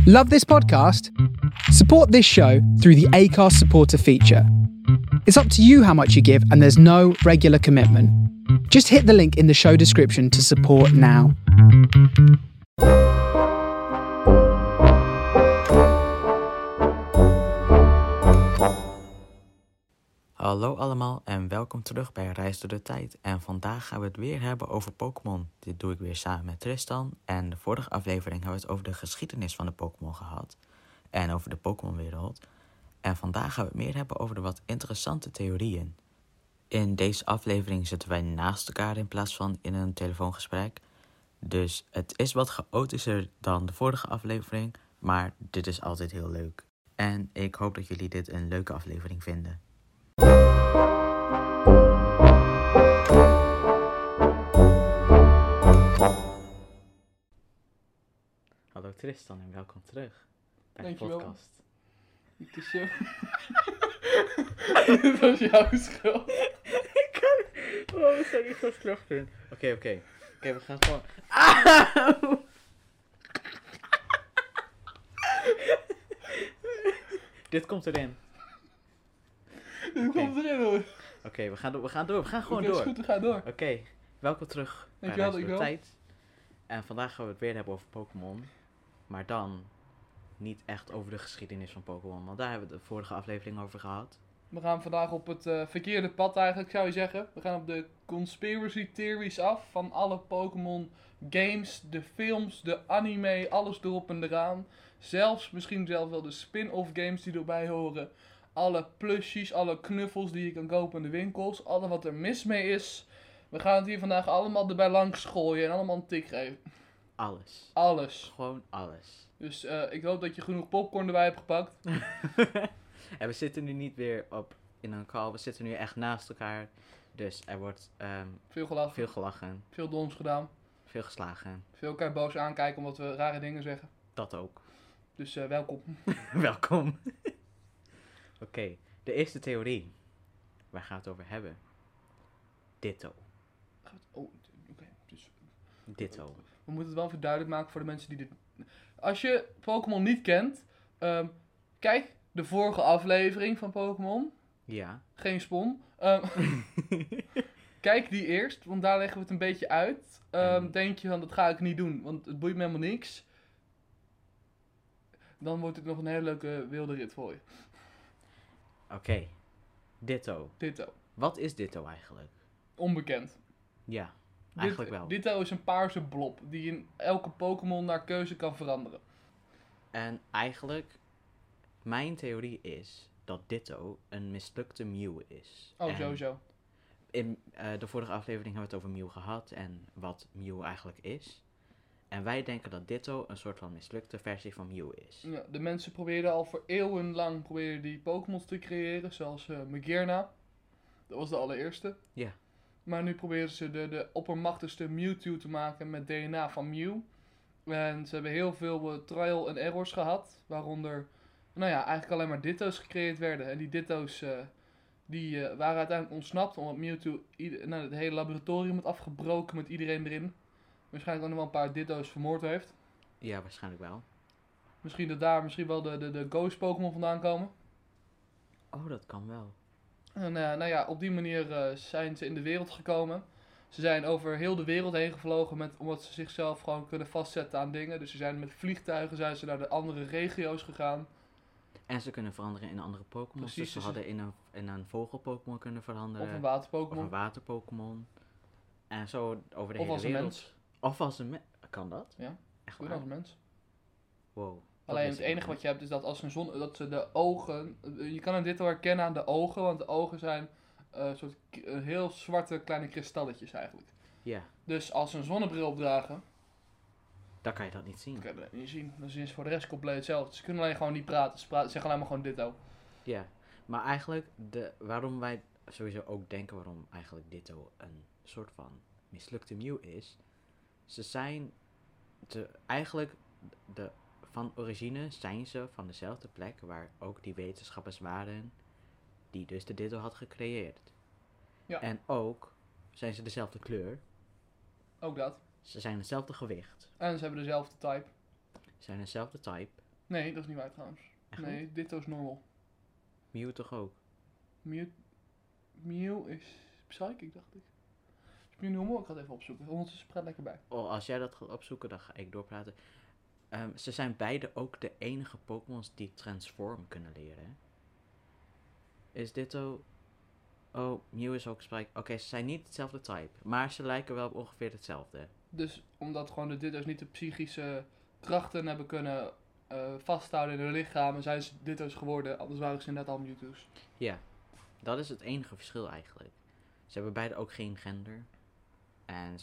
Love this podcast? Support this show through the Acast supporter feature. It's up to you how much you give, and there's no regular commitment. Just hit the link in the show description to support now. Hallo allemaal en welkom terug bij Reis door de Tijd. En vandaag gaan we het weer hebben over Pokémon. Dit doe ik weer samen met Tristan. En de vorige aflevering hebben we het over de geschiedenis van de Pokémon gehad. En over de Pokémonwereld. En vandaag gaan we het meer hebben over de wat interessante theorieën. In deze aflevering zitten wij naast elkaar in plaats van in een telefoongesprek. Dus het is wat chaotischer dan de vorige aflevering. Maar dit is altijd heel leuk. En ik hoop dat jullie dit een leuke aflevering vinden. Hallo Tristan en welkom terug bij Dankjewel. de podcast. Het is zo. Dit was jouw schuld. Oh, ik zou niet zo slecht doen. Oké, we gaan gewoon... Auw! Dit komt erin. Dit komt erin hoor. Oké, we gaan door. We gaan gewoon Oké, door. is goed, we gaan door. Oké, welkom terug bij Dankjewel, Reis door de dankjewel. Tijd. En vandaag gaan we het weer hebben over Pokémon. Maar dan niet echt over de geschiedenis van Pokémon. Want daar hebben we de vorige aflevering over gehad. We gaan vandaag op het verkeerde pad eigenlijk, zou je zeggen. We gaan op de conspiracy theories af van alle Pokémon games, de films, de anime, alles erop en eraan. Misschien zelfs wel de spin-off games die erbij horen. Alle plusjes, alle knuffels die je kan kopen in de winkels. Alle wat er mis mee is. We gaan het hier vandaag allemaal erbij langs gooien en allemaal een tik geven. Alles. Alles. Gewoon alles. Dus ik hoop dat je genoeg popcorn erbij hebt gepakt. En we zitten nu niet weer in een call. We zitten nu echt naast elkaar. Dus er wordt Veel gelachen, veel gelachen, veel doms gedaan. veel geslagen. Veel elkaar boos aankijken omdat we rare dingen zeggen. Dat ook. Dus welkom. Welkom. Oké, de eerste theorie. Waar gaan we het over hebben? Ditto. Oh, oké. Dus Ditto. we moeten het wel even duidelijk maken voor de mensen die dit... Als je Pokémon niet kent, kijk de vorige aflevering van Pokémon. Ja. Geen spon. Kijk die eerst, want daar leggen we het een beetje uit. Denk je van, dat ga ik niet doen, want het boeit me helemaal niks. Dan wordt het nog een hele leuke wilde rit voor je. Oké. Ditto. Ditto. Wat is Ditto eigenlijk? Onbekend. Ja, eigenlijk wel. Ditto is een paarse blob die in elke Pokémon naar keuze kan veranderen. En eigenlijk, mijn theorie is dat Ditto een mislukte Mew is. Oh, En sowieso. in de vorige aflevering hebben we het over Mew gehad en wat Mew eigenlijk is. En wij denken dat Ditto een soort van mislukte versie van Mew is. Ja, de mensen probeerden al voor eeuwenlang die Pokémons te creëren, zoals Magearna. Dat was de allereerste. Ja. Maar nu proberen ze de oppermachtigste Mewtwo te maken met DNA van Mew. En ze hebben heel veel trial en errors gehad, waaronder, eigenlijk alleen maar Ditto's gecreëerd werden. En die Ditto's, die waren uiteindelijk ontsnapt, omdat Mewtwo het hele laboratorium had afgebroken met iedereen erin. Waarschijnlijk ook nog wel een paar Ditto's vermoord heeft. Ja, waarschijnlijk wel. Misschien dat daar wel de Ghost Pokémon vandaan komen. Oh, dat kan wel. En op die manier zijn ze in de wereld gekomen. Ze zijn over heel de wereld heen gevlogen omdat ze zichzelf gewoon kunnen vastzetten aan dingen. Dus ze zijn met vliegtuigen naar de andere regio's gegaan. En ze kunnen veranderen in andere Pokémon. Precies, Dus ze dus hadden in een vogel-Pokémon kunnen veranderen. Of een water-Pokémon. Of een water-Pokémon. En zo over de Of hele als een wereld. mens. Of als een mens. Kan dat? Ja, Echt goed waar? als een mens. Wow. dat Alleen wist het ik enige niet. wat je hebt is dat als dat ze de ogen... Je kan dit wel herkennen aan de ogen, want de ogen zijn heel zwarte kleine kristalletjes eigenlijk. Ja, Dus als ze een zonnebril opdragen, dan kan je dat niet zien. dan kan je dat niet zien. Dan is het voor de rest compleet hetzelfde. Ze kunnen alleen gewoon niet praten. Ze zeggen alleen maar gewoon Ditto. Ja, maar eigenlijk, waarom wij sowieso ook denken waarom eigenlijk Ditto een soort van mislukte Mew is. Ze zijn van origine zijn ze van dezelfde plek waar ook die wetenschappers waren die dus de Ditto had gecreëerd. Ja. En ook zijn ze dezelfde kleur. Ook dat. Ze zijn hetzelfde gewicht. En ze hebben dezelfde type. Ze zijn hetzelfde type. Nee, dat is niet waar trouwens. Echt Nee, niet? Ditto is normal. Mew toch ook? Mew is psychic, dacht ik. Is Mew normal? Ik ga het even opzoeken. Ondertussen praat lekker bij. Oh, als jij dat gaat opzoeken, dan ga ik doorpraten. Ze zijn beide ook de enige Pokémons die Transform kunnen leren. Hè? Is Ditto... Oh, Mew is ook Spike. Oké, ze zijn niet hetzelfde type. Maar ze lijken wel op ongeveer hetzelfde. Dus omdat gewoon de Ditto's niet de psychische krachten hebben kunnen vasthouden in hun lichamen, zijn ze Ditto's geworden. Anders waren ze net al Mewtwo's. Ja, dat is het enige verschil eigenlijk. Ze hebben beide ook geen gender. En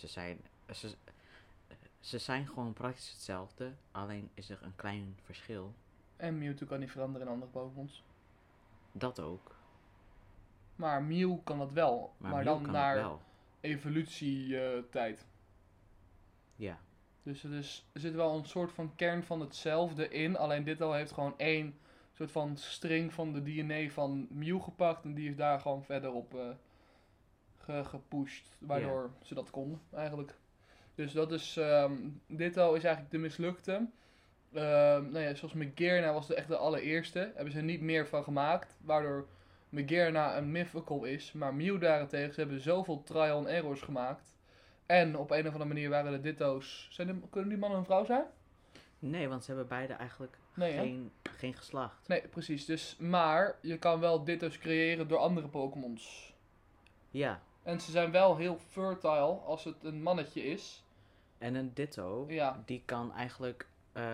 ze zijn gewoon praktisch hetzelfde. Alleen is er een klein verschil. En Mewtwo kan niet veranderen in andere Pokémons. Dat ook. Maar Mew kan dat wel. Maar Mew dan kan naar het wel. evolutietijd. Ja. Dus er zit wel een soort van kern van hetzelfde in. Alleen Ditto heeft gewoon één soort van string van de DNA van Mew gepakt. En die is daar gewoon verder op gepusht. Waardoor ze dat konden eigenlijk. Dus dat is... Ditto is eigenlijk de mislukte. Nou ja, zoals Magearna was echt de allereerste. Hebben ze er niet meer van gemaakt. Waardoor Magearna een mythical is. Maar Mew daarentegen, ze hebben zoveel trial and errors gemaakt. En op een of andere manier waren de Ditto's... Kunnen die man en vrouw zijn? Nee, want ze hebben beide eigenlijk Nee, hè? geen geslacht. Nee, precies. Dus, maar je kan wel Ditto's creëren door andere Pokémons. Ja. En ze zijn wel heel fertile als het een mannetje is. En een Ditto, Ja. die kan eigenlijk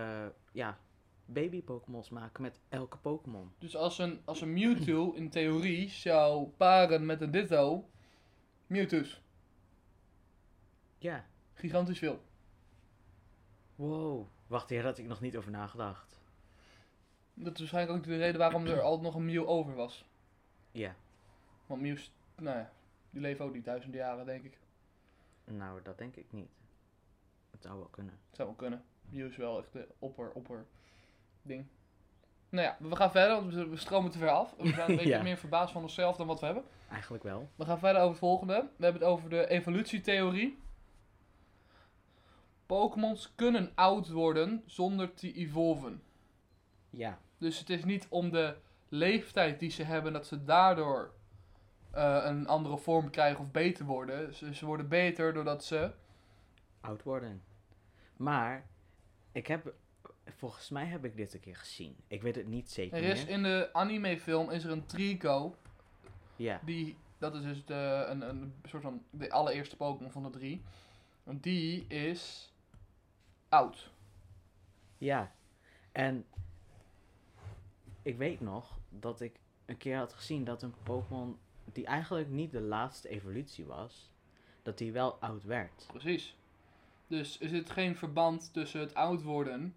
baby Pokémons maken met elke Pokémon. Dus als een Mewtwo in theorie zou paren met een Ditto... Mewtwo's. Ja. Gigantisch veel. Wow. Wacht, hier had ik nog niet over nagedacht. Dat is waarschijnlijk ook de reden waarom er altijd nog een Mew over was. Ja. Want Mew's, nou ja, die leven ook niet duizenden jaren, denk ik. Nou, dat denk ik niet. Het zou wel kunnen. Het zou wel kunnen. Mew is wel echt de opper ding. Nou ja, we gaan verder, want we stromen te ver af. We zijn een beetje Ja. meer verbaasd van onszelf dan wat we hebben. Eigenlijk wel. We gaan verder over het volgende. We hebben het over de evolutietheorie. Pokémons kunnen oud worden zonder te evolven. Ja. Dus het is niet om de leeftijd die ze hebben dat ze daardoor een andere vorm krijgen of beter worden. Ze worden beter doordat ze... Oud worden. Maar, volgens mij heb ik dit een keer gezien. Ik weet het niet zeker Er is meer. in de animefilm is er een Trico. Ja. Dat is dus een soort van de allereerste Pokémon van de 3. En die is oud. Ja. En ik weet nog dat ik een keer had gezien dat een Pokémon die eigenlijk niet de laatste evolutie was, dat die wel oud werd. Precies. Dus er zit geen verband tussen het oud worden.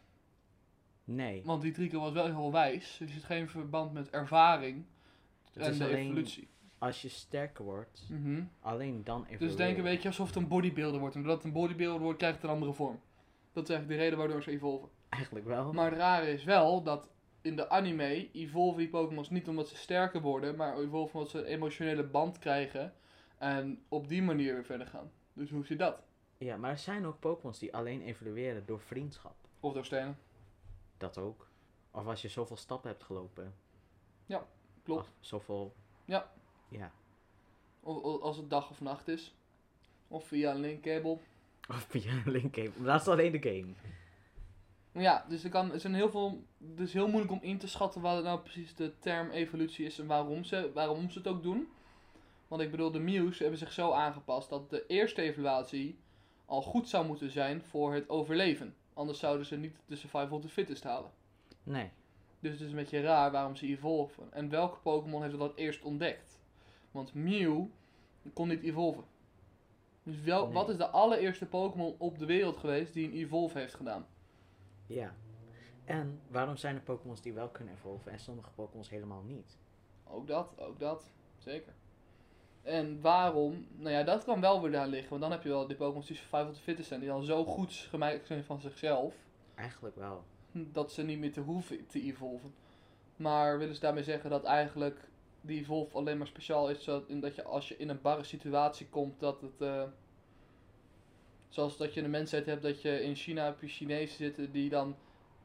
Nee. Want die Trico was wel heel wijs. Er zit geen verband met ervaring Het en is de alleen evolutie. als je sterker wordt, Mhm. alleen dan evolueer Dus denk een beetje alsof het een bodybuilder wordt. En doordat het een bodybuilder wordt, krijgt het een andere vorm. Dat is eigenlijk de reden waardoor ze evolven. Eigenlijk wel. Maar het rare is wel dat in de anime evolven die Pokémons niet omdat ze sterker worden, maar evolven omdat ze een emotionele band krijgen en op die manier weer verder gaan. Dus hoe zit dat? Ja, maar er zijn ook Pokémons die alleen evolueren door vriendschap. Of door stenen. Dat ook. Of als je zoveel stappen hebt gelopen. Klopt. Of zoveel... Ja. Ja. Of als het dag of nacht is. Of via een linkkabel. Of via een linkgame. Maar dat is alleen de game. Ja, dus er zijn heel veel. Het is heel moeilijk om in te schatten wat nou precies de term evolutie is en waarom ze het ook doen. Want ik bedoel, de Mews hebben zich zo aangepast dat de eerste evaluatie al goed zou moeten zijn voor het overleven. Anders zouden ze niet de survival of the fittest halen. Nee. Dus het is een beetje raar waarom ze evolven. En welke Pokémon heeft dat eerst ontdekt? Want Mew kon niet evolven. Dus Nee. wat is de allereerste Pokémon op de wereld geweest die een evolve heeft gedaan? Ja. En waarom zijn er Pokémons die wel kunnen evolven en sommige Pokémons helemaal niet? Ook dat. Zeker. En waarom? Nou ja, dat kan wel weer daar liggen. Want dan heb je wel die Pokémon die survival of the fittest zijn. Die dan zo goed gemaakt zijn van zichzelf. Eigenlijk wel. Dat ze niet meer te hoeven te evolven. Maar willen ze daarmee zeggen dat eigenlijk die evolve alleen maar speciaal is. Dat je als je in een barre situatie komt dat het... zoals dat je een mensheid hebt dat je in China heb je Chinezen zitten die dan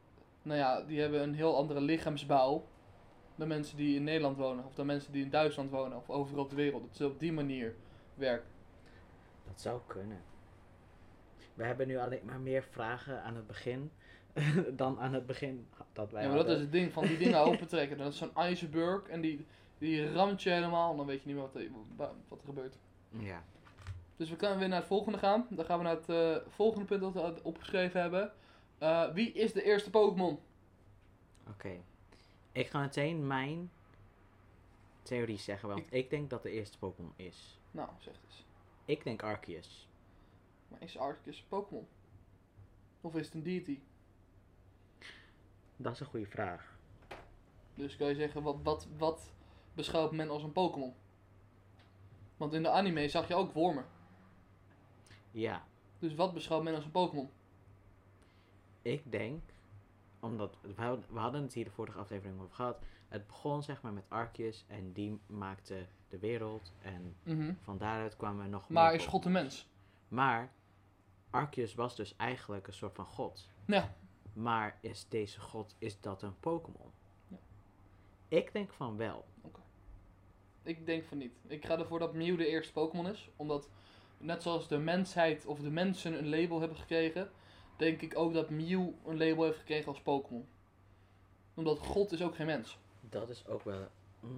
nou ja, die hebben een heel andere lichaamsbouw dan mensen die in Nederland wonen. Of dan mensen die in Duitsland wonen. Of overal op de wereld. Dat ze op die manier werken. Dat zou kunnen. We hebben nu alleen maar meer vragen aan het begin dan aan het begin dat wij Ja, maar dat hadden. is het ding. Van die dingen opentrekken. Dat is zo'n iceberg. En die ramt je helemaal. En dan weet je niet meer wat er gebeurt. Ja. Dus we kunnen weer naar het volgende gaan. Dan gaan we naar het volgende punt dat we opgeschreven hebben. Wie is de eerste Pokémon? Oké. Ik ga meteen mijn theorie zeggen, want ik denk dat de eerste Pokémon is. Nou, zeg het eens. Ik denk Arceus. Maar is Arceus een Pokémon? Of is het een deity? Dat is een goede vraag. Dus kan je zeggen, wat beschouwt men als een Pokémon? Want in de anime zag je ook wormen. Ja, Dus wat beschouwt men als een Pokémon? ik denk, omdat we hadden het hier de vorige aflevering over gehad. Het begon zeg maar met Arceus en die maakte de wereld en van daaruit kwamen er nog Maar meer is God een mens? Maar Arceus was dus eigenlijk een soort van god. Ja. Maar is deze god, is dat een Pokémon? Ja. Ik denk van wel. Ik denk van niet. Ik ga ervoor dat Mew de eerste Pokémon is. Omdat, net zoals de mensheid of de mensen een label hebben gekregen, denk ik ook dat Mew een label heeft gekregen als Pokémon. Omdat God is ook geen mens. Dat is ook wel...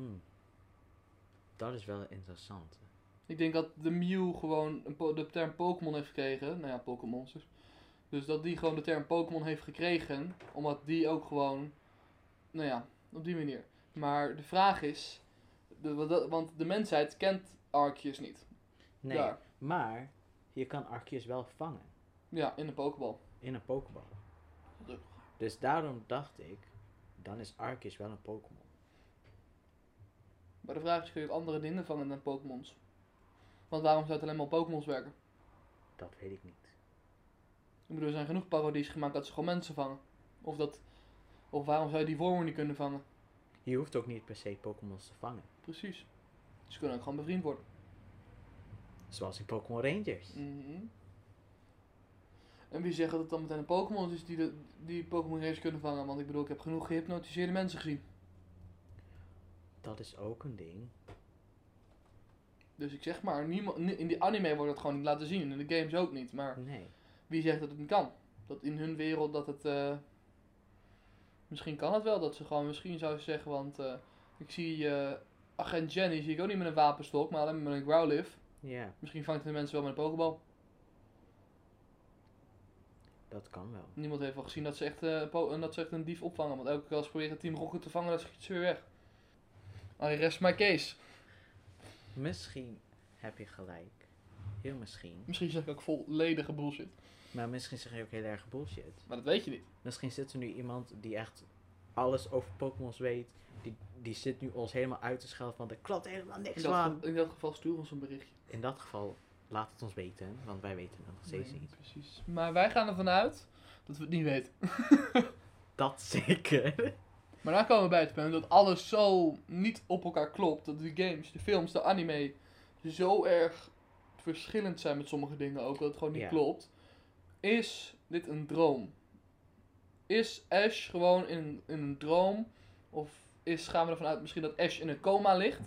dat is wel interessant. Ik denk dat de Mew gewoon de term Pokémon heeft gekregen. Nou ja, Pokémonsters. Dus dat die gewoon de term Pokémon heeft gekregen. Omdat die ook gewoon... Nou ja, op die manier. Maar de vraag is... want de mensheid kent Arceus niet. Nee, Ja. maar je kan Arceus wel vangen. Ja, in een Pokéball. In een Pokéball. Dat is ook- Dus daarom dacht ik, dan is Arceus wel een Pokémon. Maar de vraag is, kun je ook andere dingen vangen dan Pokémons? Want waarom zou het alleen maar op Pokémons werken? Dat weet ik niet. Ik bedoel, er zijn genoeg parodies gemaakt dat ze gewoon mensen vangen. Of waarom zou je die wormen niet kunnen vangen? Je hoeft ook niet per se Pokémons te vangen. Precies. Ze kunnen ook gewoon bevriend worden. Zoals in Pokémon Rangers. Mhm. En wie zegt dat het dan meteen een Pokémon is die Pokémon Rangers kunnen vangen? Want ik bedoel, ik heb genoeg gehypnotiseerde mensen gezien. Dat is ook een ding. Dus ik zeg maar, in die anime wordt het gewoon niet laten zien. En in de games ook niet. Maar Nee. wie zegt dat het niet kan? Dat in hun wereld dat het... misschien kan het wel. Dat ze gewoon misschien zouden zeggen. Want ik zie agent Jenny zie ik ook niet met een wapenstok. Maar alleen met een Growlithe. Ja, Misschien vangt hij de mensen wel met een Pokéball. dat kan wel. Niemand heeft wel gezien dat ze echt een dief opvangen. Want elke keer als ze proberen Team Rocket te vangen, dan schiet ze weer weg. I rest my case. Misschien heb je gelijk. Heel misschien. Misschien zeg ik ook volledige bullshit. Maar misschien zeg je ook heel erg bullshit. Maar dat weet je niet. Misschien zit er nu iemand die echt alles over Pokémons weet. Die zit nu ons helemaal uit te schelden van er klopt helemaal niks van. In dat geval stuur ons een berichtje. In dat geval laat het ons weten, want wij weten het nog steeds Nee, niet. precies. Maar wij gaan ervan uit dat we het niet weten. Dat zeker. Maar daar komen we bij het punt dat alles zo niet op elkaar klopt. Dat de games, de films, de anime zo erg verschillend zijn met sommige dingen ook. Dat het gewoon niet Ja. klopt. Is dit een droom? Is Ash gewoon in een droom? Of gaan we ervan uit misschien dat Ash in een coma ligt?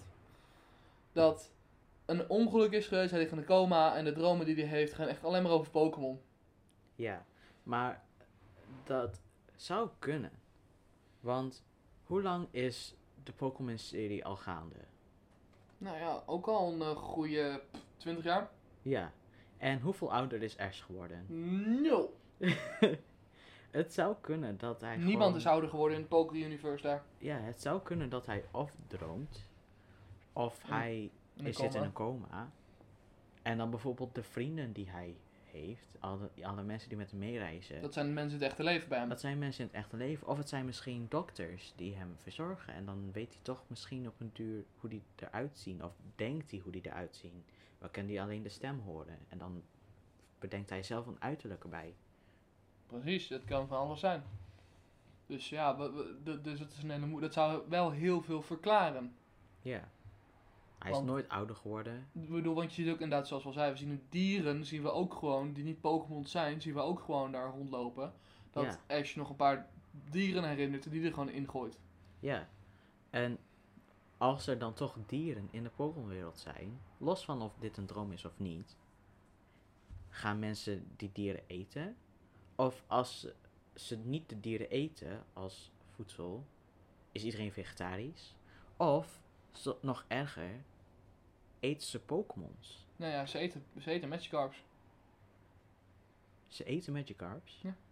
Dat een ongeluk is geweest, hij ligt in een coma. En de dromen die hij heeft gaan echt alleen maar over Pokémon. Ja, maar dat zou kunnen. Want hoe lang is de Pokémon-serie al gaande? Nou ja, ook al een goede 20 jaar. Ja. En hoeveel ouder is Ash geworden? 0. Het zou kunnen dat hij Niemand gewoon... is ouder geworden in het Poké-universe daar. Ja, het zou kunnen dat hij of droomt, of hij In een zit in coma. een coma. En dan bijvoorbeeld de vrienden die hij heeft, alle mensen die met hem meereizen, Dat zijn mensen in het echte leven bij hem. dat zijn mensen in het echte leven. Of het zijn misschien dokters die hem verzorgen. En dan weet hij toch misschien op een duur hoe die eruit zien. Of denkt hij hoe die eruit zien. Dan kan hij alleen de stem horen. En dan bedenkt hij zelf een uiterlijk erbij. Precies, dat kan van alles zijn. Dus ja, dus het is een hele dat zou wel heel veel verklaren. Ja. Hij Want- is nooit ouder geworden. Ik bedoel, want je ziet ook inderdaad, zoals we al zeiden, we zien nu dieren, zien we ook gewoon, die niet Pokémon zijn, zien we ook gewoon daar rondlopen. Dat Ja. Ash nog een paar dieren herinnert en die er gewoon ingooit. Ja. En als er dan toch dieren in de Pokémon-wereld zijn, los van of dit een droom is of niet, gaan mensen die dieren eten? Of als ze niet de dieren eten als voedsel, is iedereen vegetarisch? Of, nog erger, eten ze Pokémons? Nou ja, ze eten Magikarps. Ze eten Magikarps? Ja.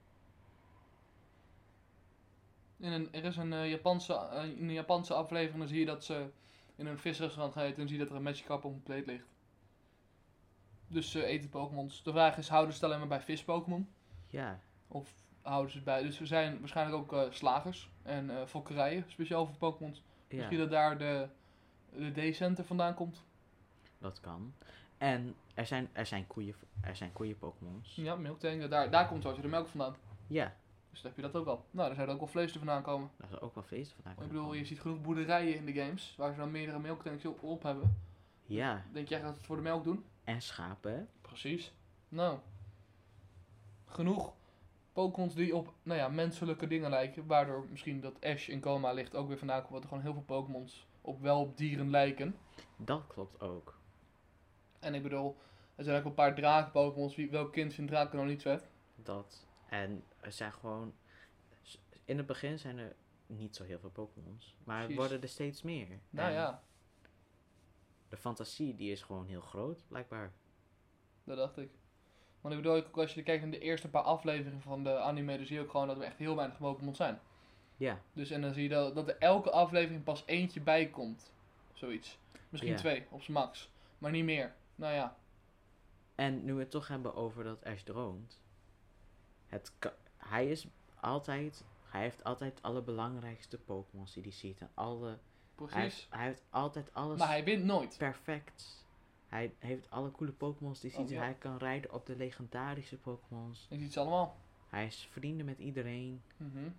Er is een Japanse aflevering, dan zie je dat ze in een visrestaurant gaan eten en zie je dat er een Magikarp op een pleet ligt. Dus ze eten Pokémons. De vraag is, houden ze het alleen maar bij vis-Pokémon? Ja. Of houden ze het bij... Dus er zijn waarschijnlijk ook slagers en fokkerijen, speciaal voor Pokémons. Misschien Ja, dat daar de D-center vandaan komt. dat kan. En er zijn koeien Pokémons. Ja, Miltank, daar komt sowieso de melk vandaan. Ja, Dus dan heb je dat ook al. Nou, daar zou er ook wel vlees er vandaan komen. daar zou ook wel vlees vandaan Ik kunnen bedoel, je komen. ziet genoeg boerderijen in de games, waar ze dan meerdere melktanks op hebben. Ja, Denk jij dat het voor de melk doen? en schapen. Precies. Nou, genoeg Pokémons die op, nou ja, menselijke dingen lijken, waardoor misschien dat Ash in coma ligt ook weer vandaan komt, want er gewoon heel veel Pokémons op dieren lijken. Dat klopt ook. En ik bedoel, er zijn ook een paar draken-Pokémons, welk kind vindt draken nou niet vet? Dat. En er zijn gewoon... In het begin zijn er niet zo heel veel Pokémons. Maar er Precies. worden er steeds meer. Nou En ja, de fantasie die is gewoon heel groot, blijkbaar. dat dacht ik. Want ik bedoel, ook als je kijkt naar de eerste paar afleveringen van de anime, dan zie je ook gewoon dat er echt heel weinig Pokémon zijn. Ja, Dus en dan zie je dat er elke aflevering pas eentje bij komt. Zoiets. Misschien Ja. 2, op z'n max. Maar niet meer. Nou ja. en nu we het toch hebben over dat Ash droomt. Hij heeft altijd alle belangrijkste Pokémons die hij ziet. En Precies. hij heeft altijd alles Maar hij wint nooit. perfect. Hij heeft alle coole Pokémons die hij ziet. Oh, ja. Hij kan rijden op de legendarische Pokémons. Ik zie het allemaal. Hij is vrienden met iedereen. Mhm.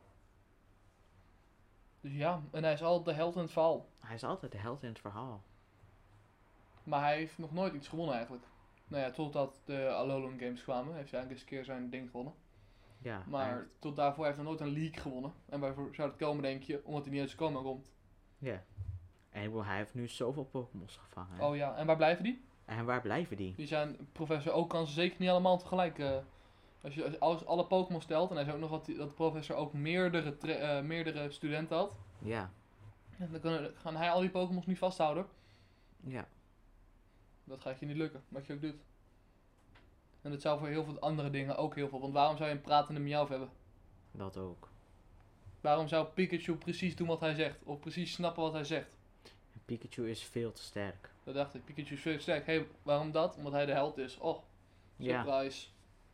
Dus ja, en hij is altijd de held in het verhaal. Hij is altijd de held in het verhaal. Maar hij heeft nog nooit iets gewonnen eigenlijk. Nou ja, totdat de Alolan Games kwamen, heeft hij eigenlijk eens een keer zijn ding gewonnen. Ja, hij Maar heeft- tot daarvoor heeft hij nooit een league gewonnen. En waarvoor zou het komen, denk je? Omdat hij niet uit zijn coma komt. ja. En ik bedoel, hij heeft nu zoveel Pokémons gevangen. Oh ja, en waar blijven die? En waar blijven die? Die zijn, professor Oak kan ze zeker niet allemaal tegelijk. Als alle Pokémon stelt, en hij zei ook nog dat de professor ook meerdere studenten had. Ja, Ja, dan gaan hij al die Pokémons niet vasthouden. ja. Dat gaat je niet lukken, wat je ook doet. En dat zou voor heel veel andere dingen ook heel veel. Want waarom zou je een pratende Meowth hebben? Dat ook. Waarom zou Pikachu precies doen wat hij zegt? Of precies snappen wat hij zegt? En Pikachu is veel te sterk. Dat dacht ik. Pikachu is veel sterk. Hé, waarom dat? Omdat hij de held is. Oh, Ja, surprise.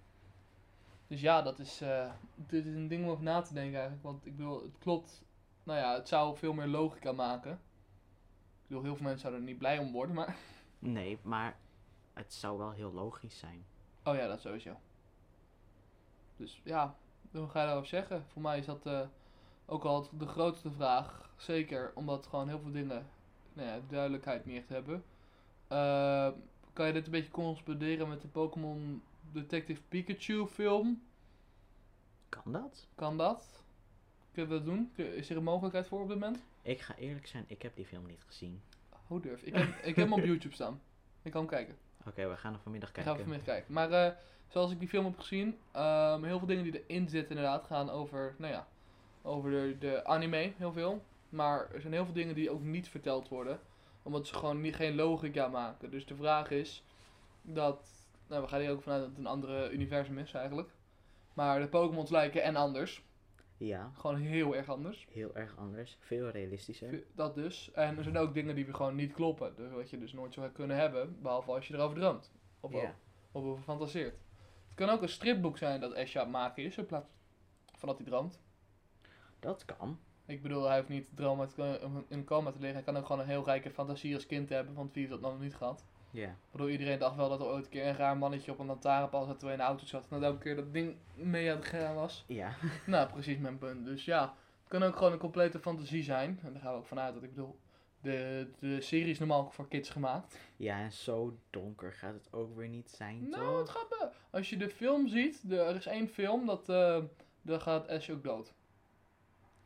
Dus ja, dit is een ding om over na te denken eigenlijk. Want ik bedoel, het klopt. Nou ja, het zou veel meer logica maken. Ik bedoel, heel veel mensen zouden er niet blij om worden, maar... nee, maar het zou wel heel logisch zijn. Oh ja, dat sowieso. Dus ja, wat ga je daarover zeggen? Voor mij is dat ook al de grootste vraag. Zeker omdat gewoon heel veel dingen nou ja, duidelijkheid niet echt hebben. Kan je dit een beetje corresponderen met de Pokémon Detective Pikachu film? Kan dat? Kan dat? Kunnen we dat doen? Is er een mogelijkheid voor op dit moment? Ik ga eerlijk zijn, ik heb die film niet gezien. Hoe durf? Ik heb hem op YouTube staan. Ik kan hem kijken. Oké, we gaan er vanmiddag Ik kijken. ga even vanmiddag kijken. Maar zoals ik die film heb gezien, heel veel dingen die erin zitten inderdaad gaan over, nou ja, over de anime, heel veel. Maar er zijn heel veel dingen die ook niet verteld worden, omdat ze gewoon geen logica maken. Dus de vraag is dat, nou we gaan hier ook vanuit dat het een andere universum is eigenlijk. Maar de Pokémons lijken en anders. Ja, Gewoon heel erg anders. heel erg anders. Veel realistischer. Dat dus. En er zijn ook dingen die we gewoon niet kloppen. Dus wat je dus nooit zou kunnen hebben, behalve als je erover droomt. Of Ja. over fantaseert. Het kan ook een stripboek zijn dat Ash aan het maken is, in plaats van dat hij droomt. Dat kan. Ik bedoel, hij hoeft niet te dromen in een coma te liggen. Hij kan ook gewoon een heel rijke fantasie als kind hebben, want wie heeft dat nou nog niet gehad? Ja. Ik bedoel, iedereen dacht wel dat er ooit een keer een raar mannetje op een lantaarnpaal zat terwijl hij in de auto zat. En dat elke keer dat ding mee aan het gaan was. Ja. Nou, precies mijn punt. Dus ja, het kan ook gewoon een complete fantasie zijn. En daar gaan we ook vanuit dat ik bedoel, de serie is normaal ook voor kids gemaakt. Ja, en zo donker gaat het ook weer niet zijn, Nou, het toch? gaat als je de film ziet, er is één film, daar gaat Ash ook dood.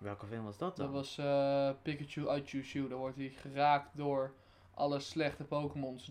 Welke film was dat dan? Dat was Pikachu uit Choo-Choo. Daar wordt hij geraakt door alle slechte Pokémons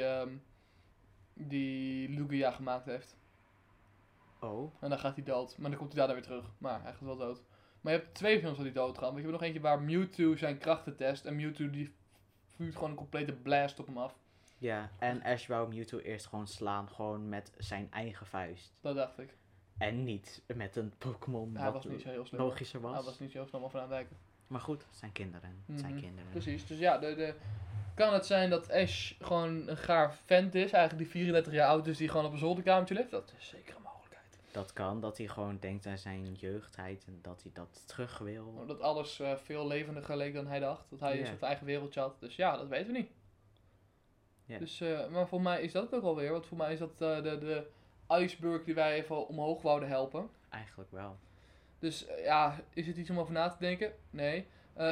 die Lugia gemaakt heeft. Oh, En dan gaat hij dood. Maar dan komt hij daarna weer terug. Maar hij gaat wel dood. Maar je hebt 2 films waar hij dood gaat. Want je hebt nog eentje waar Mewtwo zijn krachten test. En Mewtwo die vuurt gewoon een complete blast op hem af. ja. En Ash wou Mewtwo eerst gewoon slaan, gewoon met zijn eigen vuist. Dat dacht ik. En niet met een Pokémon Hij wat was niet zo heel snel. logischer Hij was. was niet zo heel snel over aan het denken. Maar goed, het zijn kinderen. Het zijn Mhm. kinderen. Precies. Dus ja, kan het zijn dat Ash gewoon een gaar vent is. Eigenlijk die 34 jaar oud is die gewoon op een zolderkamertje leeft. Dat is zeker een mogelijkheid. Dat kan, dat hij gewoon denkt aan zijn jeugdheid en dat hij dat terug wil. Dat alles veel levendiger leek dan hij dacht. Dat hij Ja. een soort eigen wereldje had. Dus ja, dat weten we niet. Ja. Dus, maar voor mij is dat het ook alweer. Want voor mij is dat de iceberg die wij even omhoog wouden helpen. Eigenlijk wel. Dus ja, is het iets om over na te denken? Nee.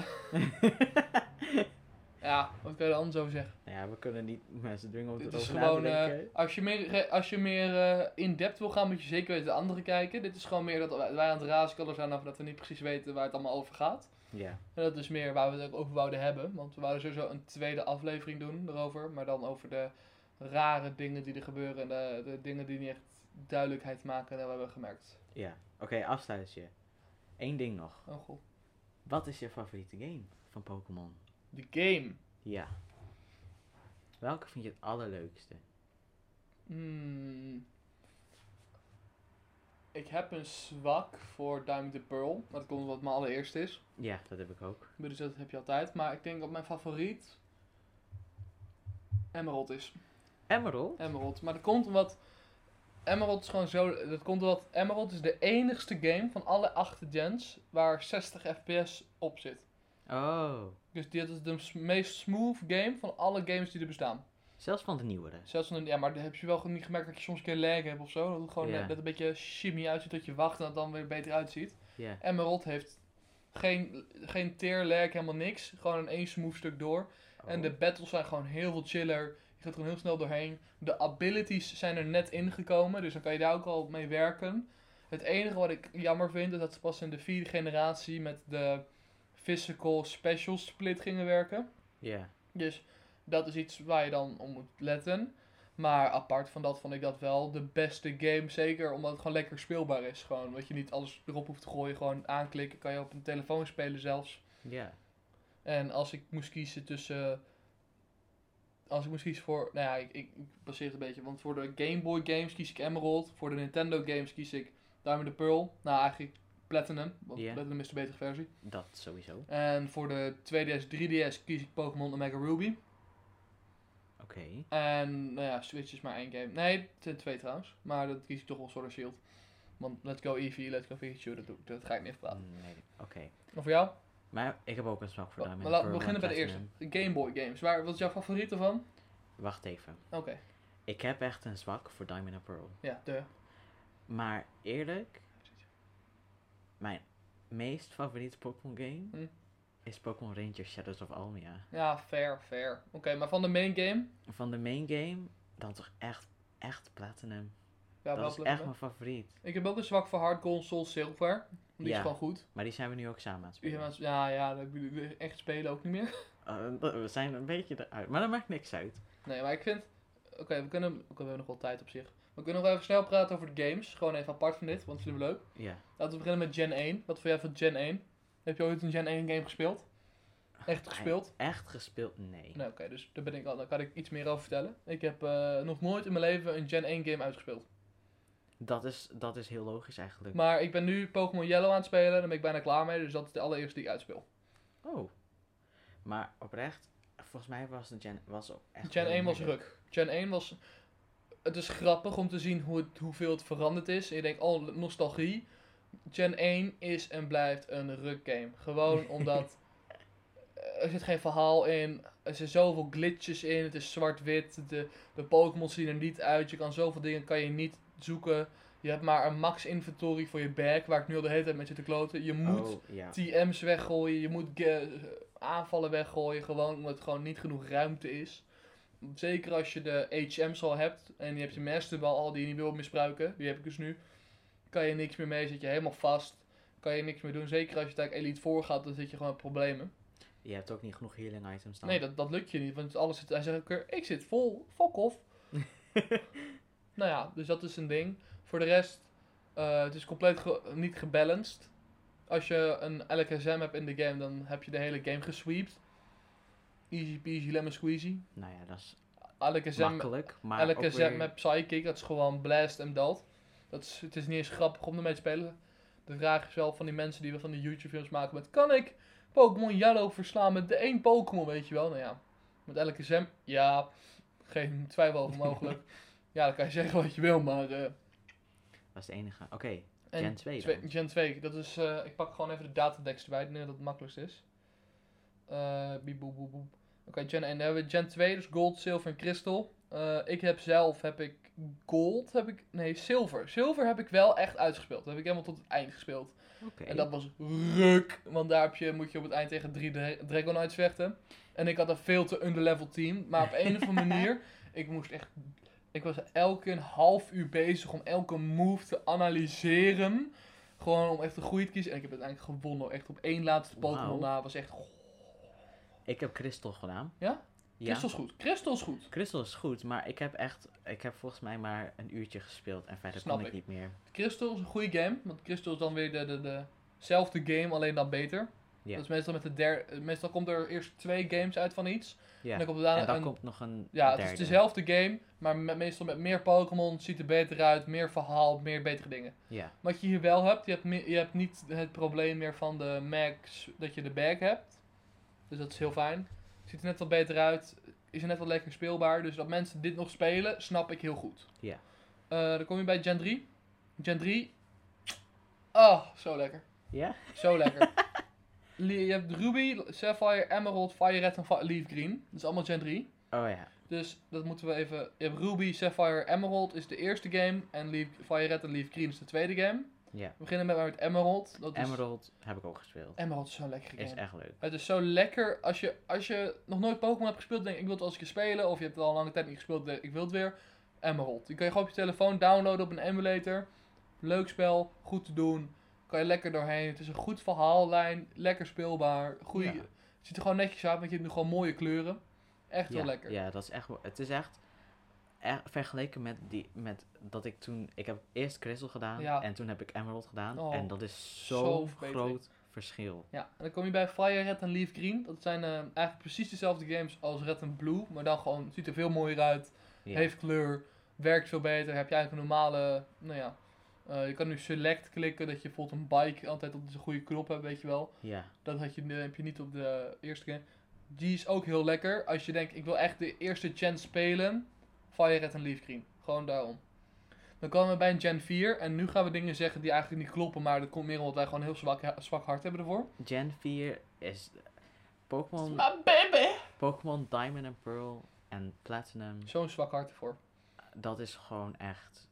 Ja, wat kan je er anders over zeggen? Nou ja, we kunnen niet mensen dwingen om Dit is erover na gewoon, te denken. als je meer in-depth wil gaan, moet je zeker weten de andere kijken. Dit is gewoon meer dat wij aan het raaskallen zijn over dat we niet precies weten waar het allemaal over gaat. Ja, En dat is meer waar we het ook over wouden hebben. Want we wouden sowieso een tweede aflevering doen erover. Maar dan over de rare dingen die er gebeuren. En de dingen die niet echt duidelijkheid maken. Dat we hebben gemerkt. ja. Oké, afsluitje. Eén ding nog. Oh god. Wat is je favoriete game van Pokémon? De game. Ja. Welke vind je het allerleukste? Ik heb een zwak voor Diamond and Pearl. Maar dat komt omdat het mijn allereerste is. Ja, dat heb ik ook. Dus dat heb je altijd. Maar ik denk dat mijn favoriet Emerald is. Emerald? Emerald. Maar dat komt omdat Emerald is gewoon zo. Dat komt omdat Emerald is de enigste game van alle 8 gens waar 60 fps op zit. Oh. Dus dit is de meest smooth game van alle games die er bestaan. Zelfs van de nieuwere. Zelfs van, ja, maar heb je wel niet gemerkt dat je soms een keer lag hebt of zo? Dat het gewoon Ja. net een beetje shimmy uitziet dat je wacht en dat het dan weer beter uitziet. Ja. Emerald heeft geen tear lag, helemaal niks. Gewoon een één smooth stuk door. En de battles zijn gewoon heel veel chiller. Je gaat er gewoon heel snel doorheen. De abilities zijn er net ingekomen, dus dan kan je daar ook al mee werken. Het enige wat ik jammer vind is dat ze pas in de 4e generatie met de physical special split gingen werken. Ja. Dus dat is iets waar je dan op moet letten. Maar apart van dat vond ik dat wel de beste game. Zeker omdat het gewoon lekker speelbaar is. Gewoon, dat je niet alles erop hoeft te gooien. Gewoon aanklikken. Kan je op een telefoon spelen zelfs. Ja. En als ik moest kiezen tussen... Als ik moest kiezen voor... Nou ja, ik baseer het een beetje. Want voor de Game Boy games kies ik Emerald. Voor de Nintendo games kies ik Diamond and Pearl. Nou, eigenlijk Platinum. Want Ja. Platinum is de betere versie. Dat sowieso. En voor de 2DS, 3DS kies ik Pokémon Omega Ruby. Oké. En, nou ja, Switch is maar 1 game. Nee, het zijn 2 trouwens. Maar dat kies ik toch wel Sword and Shield. Want Let's Go Eevee, Let's Go Pikachu, dat ga ik niet even praten. Nee. Oké. En voor jou? Maar ik heb ook een zwak voor Maar Diamond laten we Pearl beginnen en bij de eerste. Platinum. De Game Boy games. Wat is jouw favoriet ervan? Wacht even. Oké. Ik heb echt een zwak voor Diamond and Pearl. Ja, Maar eerlijk, mijn meest favoriete Pokémon game is Pokémon Ranger Shadows of Almia. Ja, fair. Oké, maar van de main game? Van de main game, dan toch echt Platinum. Ja, Dat is wel echt mijn favoriet. Ik heb ook een zwak voor Hard Gold Soul Silver. Die Ja. is gewoon goed. Maar die zijn we nu ook samen aan het spelen. Ja, dat wil ik echt spelen ook niet meer. We zijn een beetje eruit, maar dat maakt niks uit. Nee, maar ik vind... Oké, we hebben nog wel tijd op zich. We kunnen nog even snel praten over de games. Gewoon even apart van dit, want dat vinden we leuk. Ja. Laten we beginnen met Gen 1. Wat vind jij van Gen 1? Heb je ooit een Gen 1 game gespeeld? Echt gespeeld? Echt gespeeld? Nee. Nee, oké, dus daar kan ik iets meer over vertellen. Ik heb nog nooit in mijn leven een Gen 1 game uitgespeeld. Dat is heel logisch eigenlijk. Maar ik ben nu Pokémon Yellow aan het spelen, daar ben ik bijna klaar mee. Dus dat is de allereerste die ik uitspeel. Oh. Maar oprecht, volgens mij was de was ook echt Gen heel 1 was moeilijk. ruk. Gen 1 was... Het is grappig om te zien hoeveel het veranderd is. En je denkt, oh, nostalgie. Gen 1 is en blijft een ruk game. Gewoon omdat... Er zit geen verhaal in. Er zitten zoveel glitches in. Het is zwart-wit. De Pokémon zien er niet uit. Je kan zoveel dingen kan je niet zoeken. Je hebt maar een max inventory voor je bag. Waar ik nu al de hele tijd met zit te kloten. Je moet Oh, ja. TM's weggooien. Je moet aanvallen weggooien. Gewoon omdat het gewoon niet genoeg ruimte is. Zeker als je de HM's al hebt. En je hebt je masterbal al die je niet wil misbruiken. Die heb ik dus nu. Kan je niks meer mee. Zit je helemaal vast. kan je niks meer doen. Zeker als je tegen Elite 4 gaat, dan zit je gewoon met problemen. Je hebt ook niet genoeg healing items dan. Nee, dat lukt je niet, want alles zit... Hij zegt een keer, ik zit vol, fuck off. Nou ja, dus dat is een ding. Voor de rest, het is compleet niet gebalanced. Als je een LKSM hebt in de game, dan heb je de hele game gesweept. Easy peasy lemon squeezy. Nou ja, dat is LKSM, makkelijk, maar ook LKSM weer... met Psychic, dat is gewoon blast en dat. Het is niet eens grappig om ermee te spelen. De vraag is wel van die mensen die van die YouTube films maken met... Kan ik Pokémon Yellow verslaan met de één Pokémon, weet je wel? Nou ja, met LKSM, ja, geen twijfel over mogelijk. Ja, dan kan je zeggen wat je wil, maar... Dat is de enige. Oké, en Gen 2 dan. Gen 2, dat is... ik pak gewoon even de datadex erbij, ik denk dat het het makkelijkst is. Biep, boep, boep, boep. Oké, Gen 1. Dan hebben we Gen 2, dus Gold, Silver en Crystal. Ik heb Gold, nee, Silver. Silver heb ik wel echt uitgespeeld. Dat heb ik helemaal tot het eind gespeeld. Oké. En dat was ruk, want daar moet je op het eind tegen 3 Dragonites vechten. En ik had een veel te underleveled team, maar op een of andere manier, ik was elke half uur bezig om elke move te analyseren. Gewoon om echt de goede te kiezen. En ik heb uiteindelijk gewonnen, echt op één laatste Pokémon Wauw. na. Was echt... Ik heb Crystal gedaan. Ja? Ja. Crystal is goed. Crystal is goed. Crystal is goed, maar ik heb volgens mij maar een uurtje gespeeld en verder Snap kon ik ik. niet meer. Crystal is een goede game, want Crystal is dan weer dezelfde game, alleen dan beter. Ja. Dat is meestal meestal komt er eerst 2 games uit van iets. Ja. En dan komt er daarna En dan een... komt nog een Ja, het derde. is dezelfde game, maar meestal met meer Pokémon, ziet er beter uit, meer verhaal, meer betere dingen. Ja, Wat je hier wel hebt, je hebt niet het probleem meer van de max, dat je de bag hebt. Dus dat is heel fijn. Ziet er net wat beter uit, is er net wat lekker speelbaar. Dus dat mensen dit nog spelen, snap ik heel goed. ja. Dan kom je bij Gen 3. Gen 3, oh, zo lekker. Ja? Zo lekker. Je hebt Ruby, Sapphire, Emerald, Fire Red en Leaf Green. Dat is allemaal Gen 3. Oh ja. Dus dat moeten we even... Je hebt Ruby, Sapphire, Emerald is de eerste game. En Fire Red en Leaf Green is de tweede game. Ja. We beginnen met Emerald. Emerald heb ik ook gespeeld. Emerald is zo'n lekkere game. Is echt leuk. Het is zo lekker. Als je nog nooit Pokémon hebt gespeeld, denk ik wil het als een keer spelen. Of je hebt het al een lange tijd niet gespeeld, ik wil het weer. Emerald. Die kan je gewoon op je telefoon downloaden op een emulator. Leuk spel, goed te doen. Kan je lekker doorheen. Het is een goed verhaallijn, lekker speelbaar. Goeie, Ja. Het ziet er gewoon netjes uit, want je hebt nu gewoon mooie kleuren. Echt Ja, wel lekker. Ja, dat is echt... Het is echt vergeleken met dat ik toen... Ik heb eerst Crystal gedaan Ja. en toen heb ik Emerald gedaan. Oh, En dat is zo zo'n verbetering. groot verschil. Ja, en dan kom je bij Fire Red en Leaf Green. Dat zijn eigenlijk precies dezelfde games als Red en Blue. Maar dan gewoon, ziet er veel mooier uit. Ja. Heeft kleur. Werkt veel beter. Heb je eigenlijk een normale, nou ja. Je kan nu select klikken, dat je bijvoorbeeld een bike altijd op de goede knop hebt, weet je wel. Ja. Dat heb je niet op de eerste game. Die is ook heel lekker. Als je denkt, ik wil echt de eerste gen spelen. Fire Red en Leaf Green. Gewoon daarom. Dan komen we bij een Gen 4. En nu gaan we dingen zeggen die eigenlijk niet kloppen. Maar dat komt meer omdat wij gewoon een heel zwak hart hebben ervoor. Gen 4 is Pokémon Maar baby! Pokémon Diamond and Pearl en Platinum. Zo'n zwak hart ervoor. Dat is gewoon echt...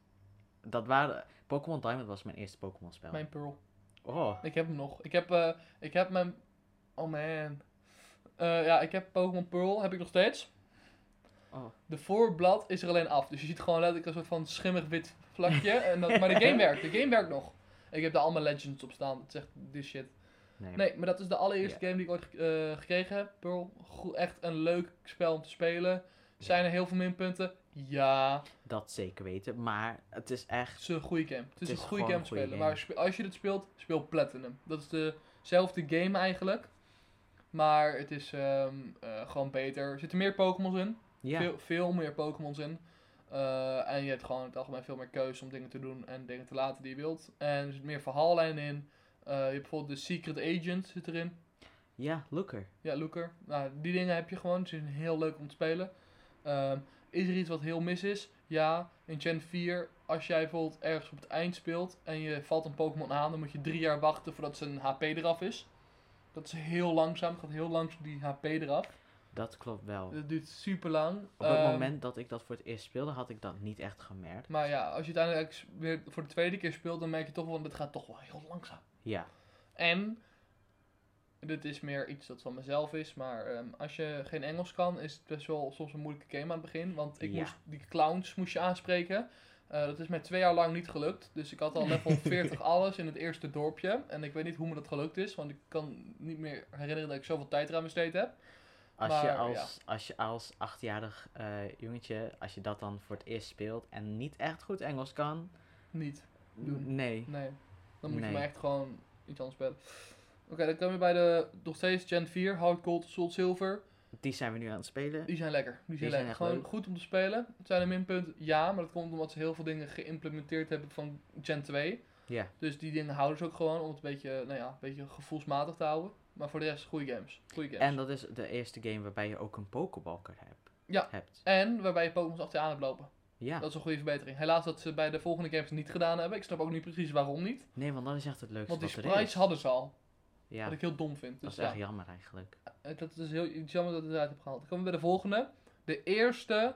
Pokémon Diamond was mijn eerste Pokémon spel. Mijn Pearl. Oh, Ik heb hem nog. Ik heb mijn... Oh man. Ja, ik heb Pokémon Pearl. Heb ik nog steeds. oh. De voorblad is er alleen af. Dus je ziet gewoon letterlijk een soort van schimmig wit vlakje. Maar de game werkt. De game werkt nog. Ik heb daar allemaal Legends op staan. Dat is echt this shit. Nee, maar dat is de allereerste game die ik ooit gekregen heb. Pearl. Echt een leuk spel om te spelen. Zijn er heel veel minpunten? Ja. Dat zeker weten, maar het is echt... Het is een goede game. Het is een goede gewoon game een te goede spelen. game. Maar als je dit speelt, speel Platinum. Dat is dezelfde game eigenlijk. Maar het is gewoon beter. Er zitten meer Pokémons in. Ja, Veel meer Pokémons in. En je hebt gewoon in het algemeen veel meer keuze om dingen te doen en dingen te laten die je wilt. En er zit meer verhaallijnen in. Je hebt bijvoorbeeld de Secret Agent zit erin. ja, Looker. Ja, Looker. Nou, die dingen heb je gewoon. Ze zijn heel leuk om te spelen. Is er iets wat heel mis is? Ja, in Gen 4, als jij bijvoorbeeld ergens op het eind speelt en je valt een Pokémon aan, dan moet je 3 jaar wachten voordat zijn HP eraf is. Dat is heel langzaam, het gaat heel langzaam die HP eraf. Dat klopt wel. Dat duurt super lang. Op het moment dat ik dat voor het eerst speelde, had ik dat niet echt gemerkt. Maar ja, als je het uiteindelijk weer voor de tweede keer speelt, dan merk je toch wel, dit gaat toch wel heel langzaam. Ja, En, dit is meer iets dat van mezelf is, maar als je geen Engels kan, is het best wel soms een moeilijke game aan het begin. Want Ja. die clowns moest je aanspreken. Dat is mij 2 jaar lang niet gelukt. Dus ik had al level 40 alles in het eerste dorpje. En ik weet niet hoe me dat gelukt is. Want ik kan niet meer herinneren dat ik zoveel tijd eraan besteed heb. Als je als 8-jarig jongetje, als je dat dan voor het eerst speelt en niet echt goed Engels kan... Niet doen. Nee. Dan moet je maar echt gewoon iets anders spelen. Oké, dan komen we bij de nog steeds Gen 4, Hard Gold, Soul Silver. Die zijn we nu aan het spelen. Die zijn lekker. Die zijn echt gewoon leuk. goed om te spelen. Het zijn een minpunt, ja, maar dat komt omdat ze heel veel dingen geïmplementeerd hebben van Gen 2. Ja. Dus die dingen houden ze ook gewoon om het een beetje gevoelsmatig te houden. Maar voor de rest, goede games. En dat is de eerste game waarbij je ook een Pokébalker hebt. En waarbij je Pokémon achteraan hebt lopen. Ja. Dat is een goede verbetering. Helaas dat ze bij de volgende games niet gedaan hebben. Ik snap ook niet precies waarom niet. Nee, want dat is echt het leukste Want die wat er is. sprites hadden ze al. Ja. Wat ik heel dom vind. Dat Dus is echt jammer eigenlijk. dat is heel iets jammer dat het eruit heb gehaald. Dan komen we bij de volgende. De eerste...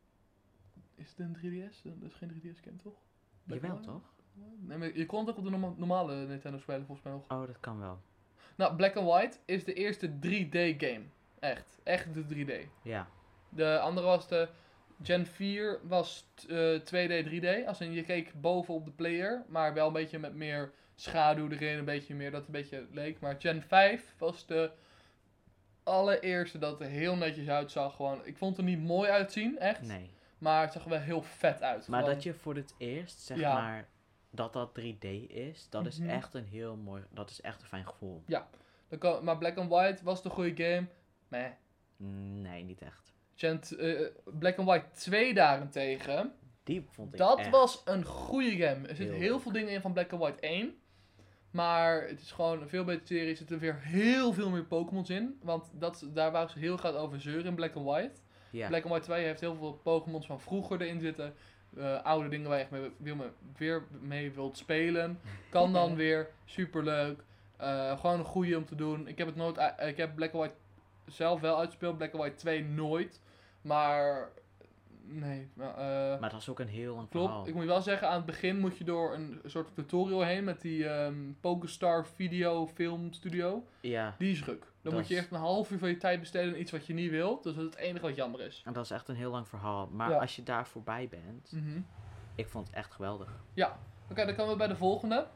Is het een 3DS? Dat is geen 3DS game, toch? Jawel, toch? Nee, maar je kon het ook op de normale Nintendo spelen, volgens mij nog. Oh, dat kan wel. Nou, Black and White is de eerste 3D game. Echt. Echt de 3D. Ja. De andere was de... Gen 4 was 2D, 3D. Als in je keek boven op de player, maar wel een beetje met meer schaduw erin, een beetje meer dat het een beetje leek. Maar Gen 5 was de allereerste dat er heel netjes uitzag. Gewoon, ik vond het er niet mooi uitzien, echt. Nee. Maar het zag er wel heel vet uit. Maar Gewoon. dat je voor het eerst, zeg Ja. maar, dat 3D is, dat is Mhm. echt een heel mooi, dat is echt een fijn gevoel. Maar Black and White was de goede game. Meh. Nee, niet echt. Black and White 2 daarentegen. Die vond ik Dat echt. was een goede game. Er zitten Heel heel leuk. veel dingen in van Black and White 1. Maar het is gewoon een veel betere serie. Er zitten weer heel veel meer Pokémons in. Want daar waren ze heel graag over zeuren in Black and White. Ja. Black and White 2 heeft heel veel Pokémons van vroeger erin zitten. Oude dingen waar je echt weer mee wilt spelen. Kan dan weer. Superleuk. Gewoon een goede om te doen. Ik heb Black and White zelf wel uitgespeeld. Black and White 2 nooit. Maar... Nee. Maar dat was ook een heel lang Klopt, verhaal. ik moet je wel zeggen, aan het begin moet je door een soort tutorial heen met die Pokestar Video Film Studio. Ja. Die is ruk. Dan Dat moet je is- echt een half uur van je tijd besteden aan iets wat je niet wilt. Dus dat is het enige wat jammer is. En dat is echt een heel lang verhaal. Maar Ja. als je daar voorbij bent, ik vond het echt geweldig. Oké, dan komen we bij de volgende.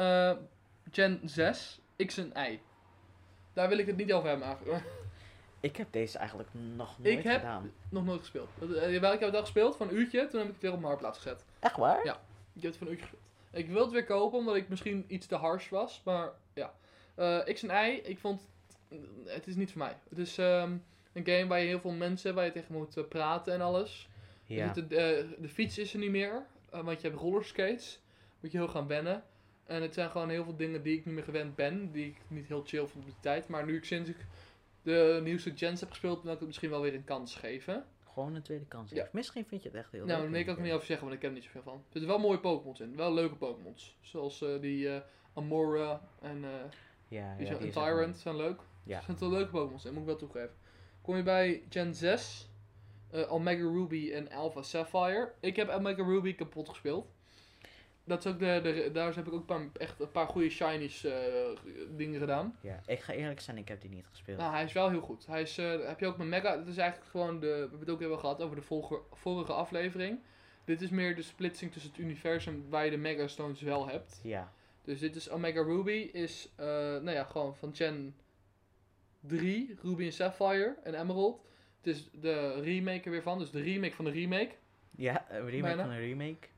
Gen 6, X en Y. Daar wil ik het niet over hebben eigenlijk. Ik heb deze eigenlijk nog nooit Ik heb gedaan. nog nooit gespeeld. Jawel, ik heb het al gespeeld voor een uurtje. Toen heb ik het weer op mijn hardplaats gezet. Echt waar? Ja. Ik heb het voor een uurtje gespeeld. Ik wil het weer kopen, omdat ik misschien iets te harsh was. Maar ja. X en Y, ik vond... Het is niet voor mij. Het is een game waar je heel veel mensen, waar je tegen moet praten en alles. Ja. De fiets is er niet meer. Want je hebt rollerskates. Moet je heel gaan wennen. En het zijn gewoon heel veel dingen die ik niet meer gewend ben. Die ik niet heel chill vond op die tijd. Maar nu ik sinds ik de nieuwste gens heb gespeeld, wil ik het misschien wel weer een kans geven. Gewoon een tweede kans. Ja. Misschien vind je het echt heel Nou, leuk. daar kan ik er niet over zeggen, want ik ken er niet zoveel van. Er zitten wel mooie Pokémons in. Wel leuke Pokémons. Zoals die Amora en Ja, die ja, zijn, die is Tyrant echt zijn leuk. Ja. Er zijn wel leuke Pokémons in, moet ik wel toegeven. Kom je bij Gen 6, Omega Ruby en Alpha Sapphire. Ik heb Omega Ruby kapot gespeeld. Dat is ook daar heb ik ook echt een paar goede shinies dingen gedaan. Ja, ik ga eerlijk zijn, ik heb die niet gespeeld. Nou, hij is wel heel goed. Hij is, heb je ook met Mega, dat is eigenlijk gewoon we hebben het ook heel wel gehad over de vorige aflevering. Dit is meer de splitsing tussen het universum waar je de Mega Stones wel hebt. Ja. Dus dit is Omega Ruby, is gewoon van Gen 3, Ruby en Sapphire en Emerald. Het is de remake er weer van, dus de remake van de remake. Ja, een remake Bijna. van een remake.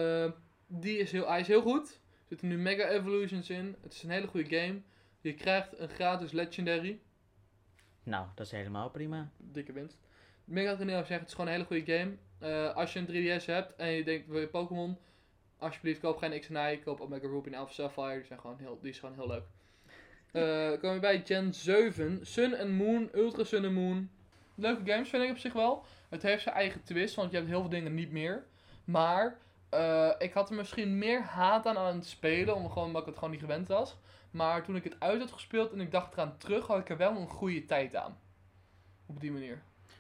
Hij is heel goed. Er zitten nu Mega Evolutions in. Het is een hele goede game. Je krijgt een gratis Legendary. Nou, dat is helemaal prima. Dikke winst. Mega kan ik niet over zeggen, het is gewoon een hele goede game. Als je een 3DS hebt en je denkt, wil je Pokémon? Alsjeblieft, koop geen X en Y. Koop Omega Ruby en Alpha Sapphire. Die is gewoon heel leuk. Komen we bij Gen 7. Sun and Moon, Ultra Sun and Moon. Leuke games vind ik op zich wel. Het heeft zijn eigen twist, want je hebt heel veel dingen niet meer. Maar ik had er misschien meer haat aan het spelen, omdat ik het gewoon niet gewend was. Maar toen ik het uit had gespeeld en ik dacht eraan terug, had ik er wel een goede tijd aan. Op die manier.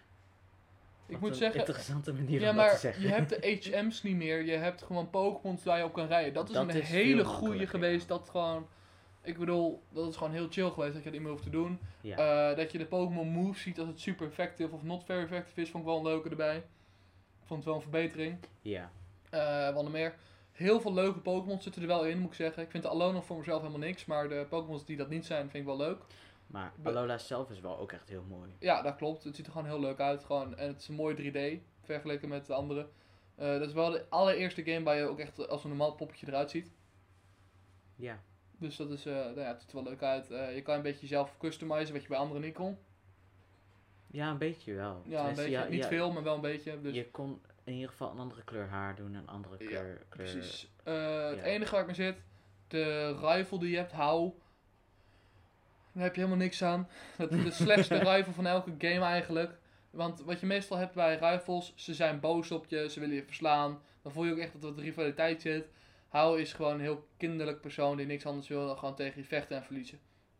Ik moet zeggen, Interessante manier ja, om dat te maar zeggen. je hebt de HM's niet meer. Je hebt gewoon Pokémons waar je op kan rijden. Dat is Dat een is hele veel goede makkelijker, geweest. Dat gewoon, ik bedoel, dat is gewoon heel chill geweest dat je dat niet meer hoeft te doen. Ja. Dat je de Pokémon moves ziet als het super effective of not very effective is, vond ik wel een leuke erbij. Ik vond het wel een verbetering. Ja. Wat nog meer. Heel veel leuke Pokémon zitten er wel in, moet ik zeggen. Ik vind de Alola voor mezelf helemaal niks, maar de Pokémon die dat niet zijn, vind ik wel leuk. Maar Alola zelf is wel ook echt heel mooi. Ja, dat klopt. Het ziet er gewoon heel leuk uit. Gewoon, en het is een mooi 3D, vergeleken met de andere. Dat is wel de allereerste game waar je ook echt als een normaal poppetje eruit ziet. Ja. Dus dat is, het ziet er wel leuk uit. Je kan een beetje zelf customizen, wat je bij anderen niet kon. Ja, een beetje wel. Ja, een beetje. Ja, niet veel, maar wel een beetje. Dus. Je kon in ieder geval een andere kleur haar doen, een andere kleur... Precies. Het enige waar ik mee zit, de rifle die je hebt, hou. Daar heb je helemaal niks aan. Dat is de slechtste rifle van elke game eigenlijk. Want wat je meestal hebt bij rifles, ze zijn boos op je, ze willen je verslaan. Dan voel je ook echt dat er wat rivaliteit zit. Hou is gewoon een heel kinderlijk persoon die niks anders wil dan gewoon tegen je vechten en verliezen.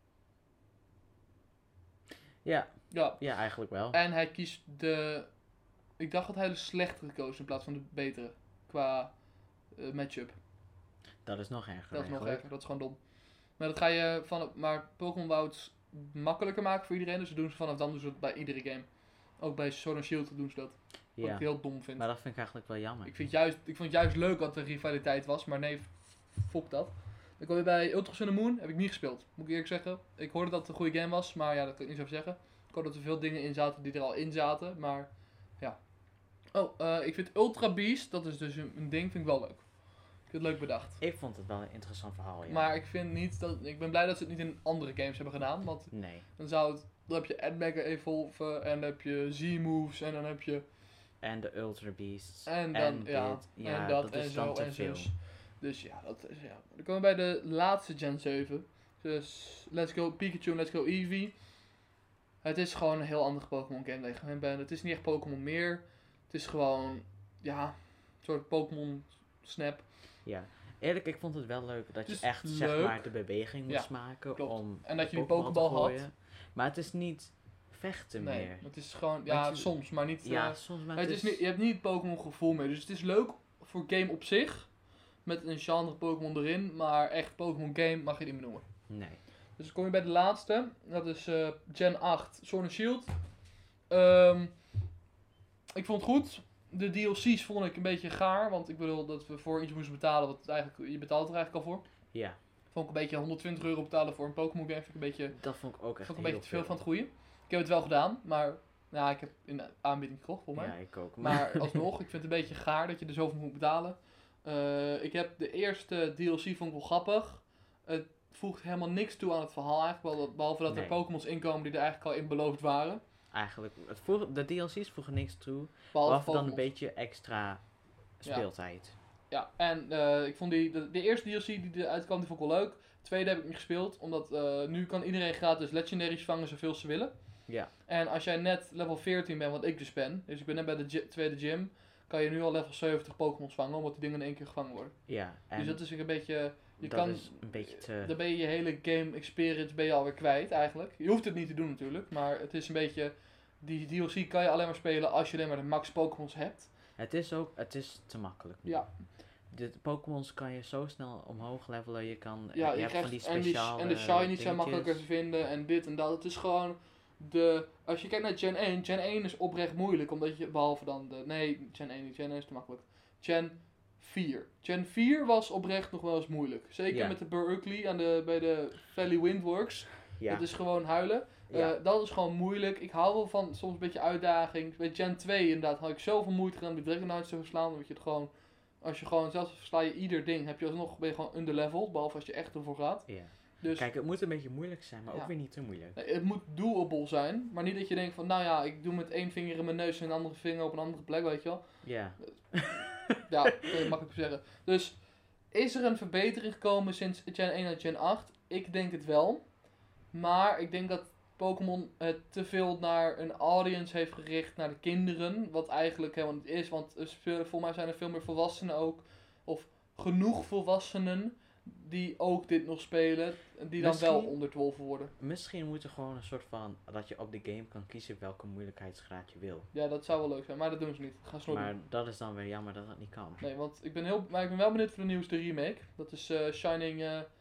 Ja, Ja. ja, eigenlijk wel. En hij kiest de... Ik dacht dat hij de slechtere koos in plaats van de betere. Qua matchup. Dat is nog erger. Dat is nog erger, dat is gewoon dom. Maar dat ga je maar Pokémon wou het makkelijker maken voor iedereen. Dus ze doen ze vanaf dan doen ze het bij iedere game. Ook bij Sword and Shield doen ze dat. Wat ik heel dom vind. Maar dat vind ik eigenlijk wel jammer. Ik vond het juist leuk dat er rivaliteit was, maar nee, fok dat. Dan kom je bij Ultra Sun and Moon, heb ik niet gespeeld. Moet ik eerlijk zeggen. Ik hoorde dat het een goede game was, maar ja, dat kan ik niet zo zeggen. Ik hoorde dat er veel dingen in zaten die er al in zaten, maar ja. Ik vind Ultra Beast, dat is dus een ding, vind ik wel leuk. Ik vind het leuk bedacht. Ik vond het wel een interessant verhaal, ja. Maar ik vind niet dat... Ik ben blij dat ze het niet in andere games hebben gedaan, want Nee. dan heb je Edmega Evolve en dan heb je Z-Moves en dan heb je... En de Ultra Beasts. En dan, dit. Ja, en dat is en dan zo te en veel. zus. Dus ja, dat is ja. Dan komen we bij de laatste Gen 7. Dus Let's Go Pikachu en Let's Go Eevee. Het is gewoon een heel andere Pokémon game dat je gewend bent. Het is niet echt Pokémon meer. Het is gewoon, ja, een soort Pokémon Snap. Ja. Eerlijk, ik vond het wel leuk dat je Het is echt leuk. zeg maar de beweging moest maken klopt. om En dat je die Pokéball te Pokéball had. gooien. Maar het is niet vechten Nee, meer. het is gewoon, Want ja, je- soms, maar niet... Ja, soms maar het is niet, je hebt niet het Pokémon gevoel meer. Dus het is leuk voor game op zich. Met een genre Pokémon erin. Maar echt Pokémon game mag je niet meer noemen. Nee. Dus dan kom je bij de laatste. Dat is Gen 8 Sword and Shield. Ik vond het goed. De DLC's vond ik een beetje gaar. Want ik bedoel dat we voor iets moesten betalen. Wat eigenlijk, je betaalt er eigenlijk al voor. Ja, Vond ik een beetje 120 euro betalen voor een Pokémon game. Vind ik een beetje, dat vond ik ook echt vond ik heel een beetje te veel van het goede. Ik heb het wel gedaan. Maar ja, ik heb in de aanbieding gekocht volgens mij. Ja, ik ook. Maar alsnog, ik vind het een beetje gaar dat je er zoveel moet betalen. Ik heb de eerste DLC vond ik wel grappig. Het voegt helemaal niks toe aan het verhaal eigenlijk. Behalve dat er Nee. Pokémons inkomen die er eigenlijk al in beloofd waren. Eigenlijk, de DLC's voegen niks toe. Behalve Behalve dan een Pokémons. beetje extra speeltijd. Ja, en ik vond de eerste DLC die eruit kwam, die vond ik wel leuk. De tweede heb ik niet gespeeld, omdat nu kan iedereen gratis legendaries vangen zoveel ze willen. Ja. En als jij net level 14 bent, wat ik dus ben, dus ik ben net bij de tweede gym, kan je nu al level 70 Pokémons vangen, omdat die dingen in één keer gevangen worden. Ja, en Dus dat is een beetje, je dat kan, is een beetje te... dan ben je hele game experience ben je alweer kwijt eigenlijk. Je hoeft het niet te doen natuurlijk, maar het is een beetje, die DLC kan je alleen maar spelen als je alleen maar de max Pokémons hebt. Het is te makkelijk nu. Ja. De Pokémons kan je zo snel omhoog levelen. Je kan, Ja, je je hebt van krijgt, die speciale en de shinies zijn dingetjes. makkelijker te vinden en dit en dat. Het is gewoon als je kijkt naar Gen 1 is oprecht moeilijk, omdat je, behalve dan Gen 1 niet, Gen 1 is te makkelijk. Gen 4. Gen 4 was oprecht nog wel eens moeilijk. Zeker Ja. met de Berkeley bij de Valley Windworks. Ja. Dat is gewoon huilen. Ja. Dat is gewoon moeilijk. Ik hou wel van soms een beetje uitdaging. Bij Gen 2 inderdaad had ik zoveel moeite gedaan om die Dragonite te verslaan. Omdat je het gewoon, als je gewoon, zelfs versla je ieder ding, ben je gewoon underleveled. Behalve als je echt ervoor gaat. Ja. Dus Kijk, het moet een beetje moeilijk zijn, maar Ja. ook weer niet te moeilijk. nee, het moet doable zijn. Maar niet dat je denkt van, nou ja, ik doe met één vinger in mijn neus en een andere vinger op een andere plek, weet je wel. Ja. Ja, dat kun je makkelijk zeggen. Dus, is er een verbetering gekomen sinds Gen 1 naar Gen 8? Ik denk het wel. Maar ik denk dat Pokémon het te veel naar een audience heeft gericht, naar de kinderen. Wat eigenlijk helemaal niet is, want voor mij zijn er veel meer volwassenen ook. Of genoeg volwassenen die ook dit nog spelen. Die dan wel Misschien- onderdwolven worden. Misschien moet er gewoon een soort van, dat je op de game kan kiezen welke moeilijkheidsgraad je wil. Ja, dat zou wel leuk zijn, maar dat doen ze niet. Dat gaan ze nooit Maar doen. dat is dan weer jammer dat dat niet kan. Nee, want ik ben wel benieuwd voor de nieuwste remake. Dat is Shining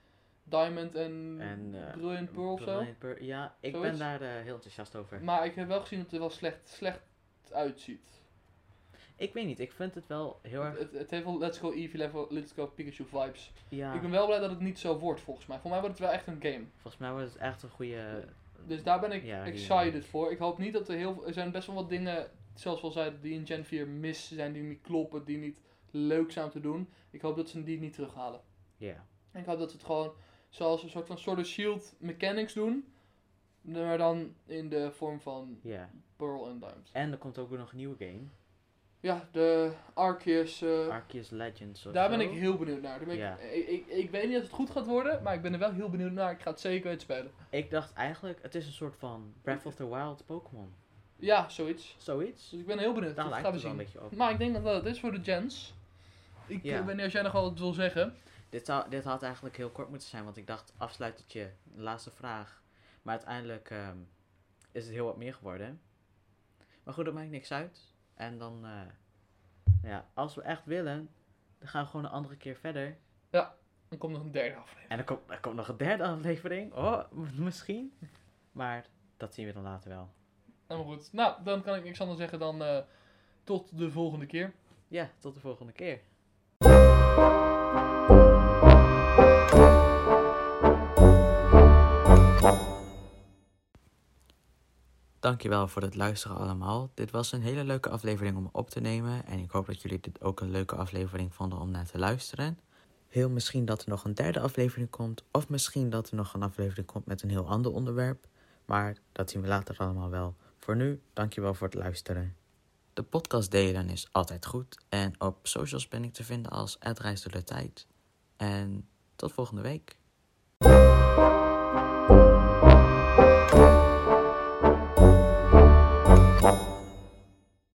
Diamond en Brilliant Pearl of zo. Brilliant Pearl, ja, ik Zoiets. ben daar heel enthousiast over. Maar ik heb wel gezien dat het er wel slecht uitziet. Ik weet niet, ik vind het wel heel erg... Het heeft wel Let's Go Eevee level, Let's Go Pikachu vibes. Ja, Ik ben wel blij dat het niet zo wordt volgens mij. Voor mij wordt het wel echt een game. volgens mij wordt het echt een goede... Dus daar ben ik Ja, excited voor. Ik hoop niet dat er zijn best wel wat dingen, zoals we al zeiden, die in Gen 4 mis zijn, die niet kloppen, die niet leuk zijn om te doen. Ik hoop dat ze die niet terughalen. Ja. Ik hoop dat ze het gewoon zoals een soort van Sword and Shield mechanics doen, maar dan in de vorm van Ja. Pearl and Diamond. En er komt ook nog een nieuwe game. Ja, de Arceus. Arceus Legends of Daar zo. ben ik heel benieuwd naar. Daar ben Ja. ik weet niet of het goed gaat worden, maar ik ben er wel heel benieuwd naar. Ik ga het zeker weten spelen. Ik dacht eigenlijk, het is een soort van Breath of the Wild Pokémon. Ja, zoiets. Zoiets. Dus ik ben heel benieuwd. Daar Dat lijkt gaan we het wel een zien. beetje op. Maar ik denk dat het is voor de gens. Ik Ja. weet niet als jij nog wel wat wil zeggen. Dit had eigenlijk heel kort moeten zijn, want ik dacht afsluitertje, de laatste vraag. Maar uiteindelijk is het heel wat meer geworden. Maar goed, dat maakt niks uit. En dan, ja, als we echt willen, dan gaan we gewoon een andere keer verder. Dan komt nog een derde aflevering. En er komt nog een derde aflevering. Oh, misschien. Maar dat zien we dan later wel. Helemaal goed. Nou, dan kan ik niks anders zeggen dan tot de volgende keer. Ja, tot de volgende keer. Dankjewel voor het luisteren allemaal. Dit was een hele leuke aflevering om op te nemen. En ik hoop dat jullie dit ook een leuke aflevering vonden om naar te luisteren. Heel misschien dat er nog een derde aflevering komt. Of misschien dat er nog een aflevering komt met een heel ander onderwerp. Maar dat zien we later allemaal wel. Voor nu, dankjewel voor het luisteren. De podcast delen is altijd goed. En op socials ben ik te vinden als @reisdoordetijd. En tot volgende week.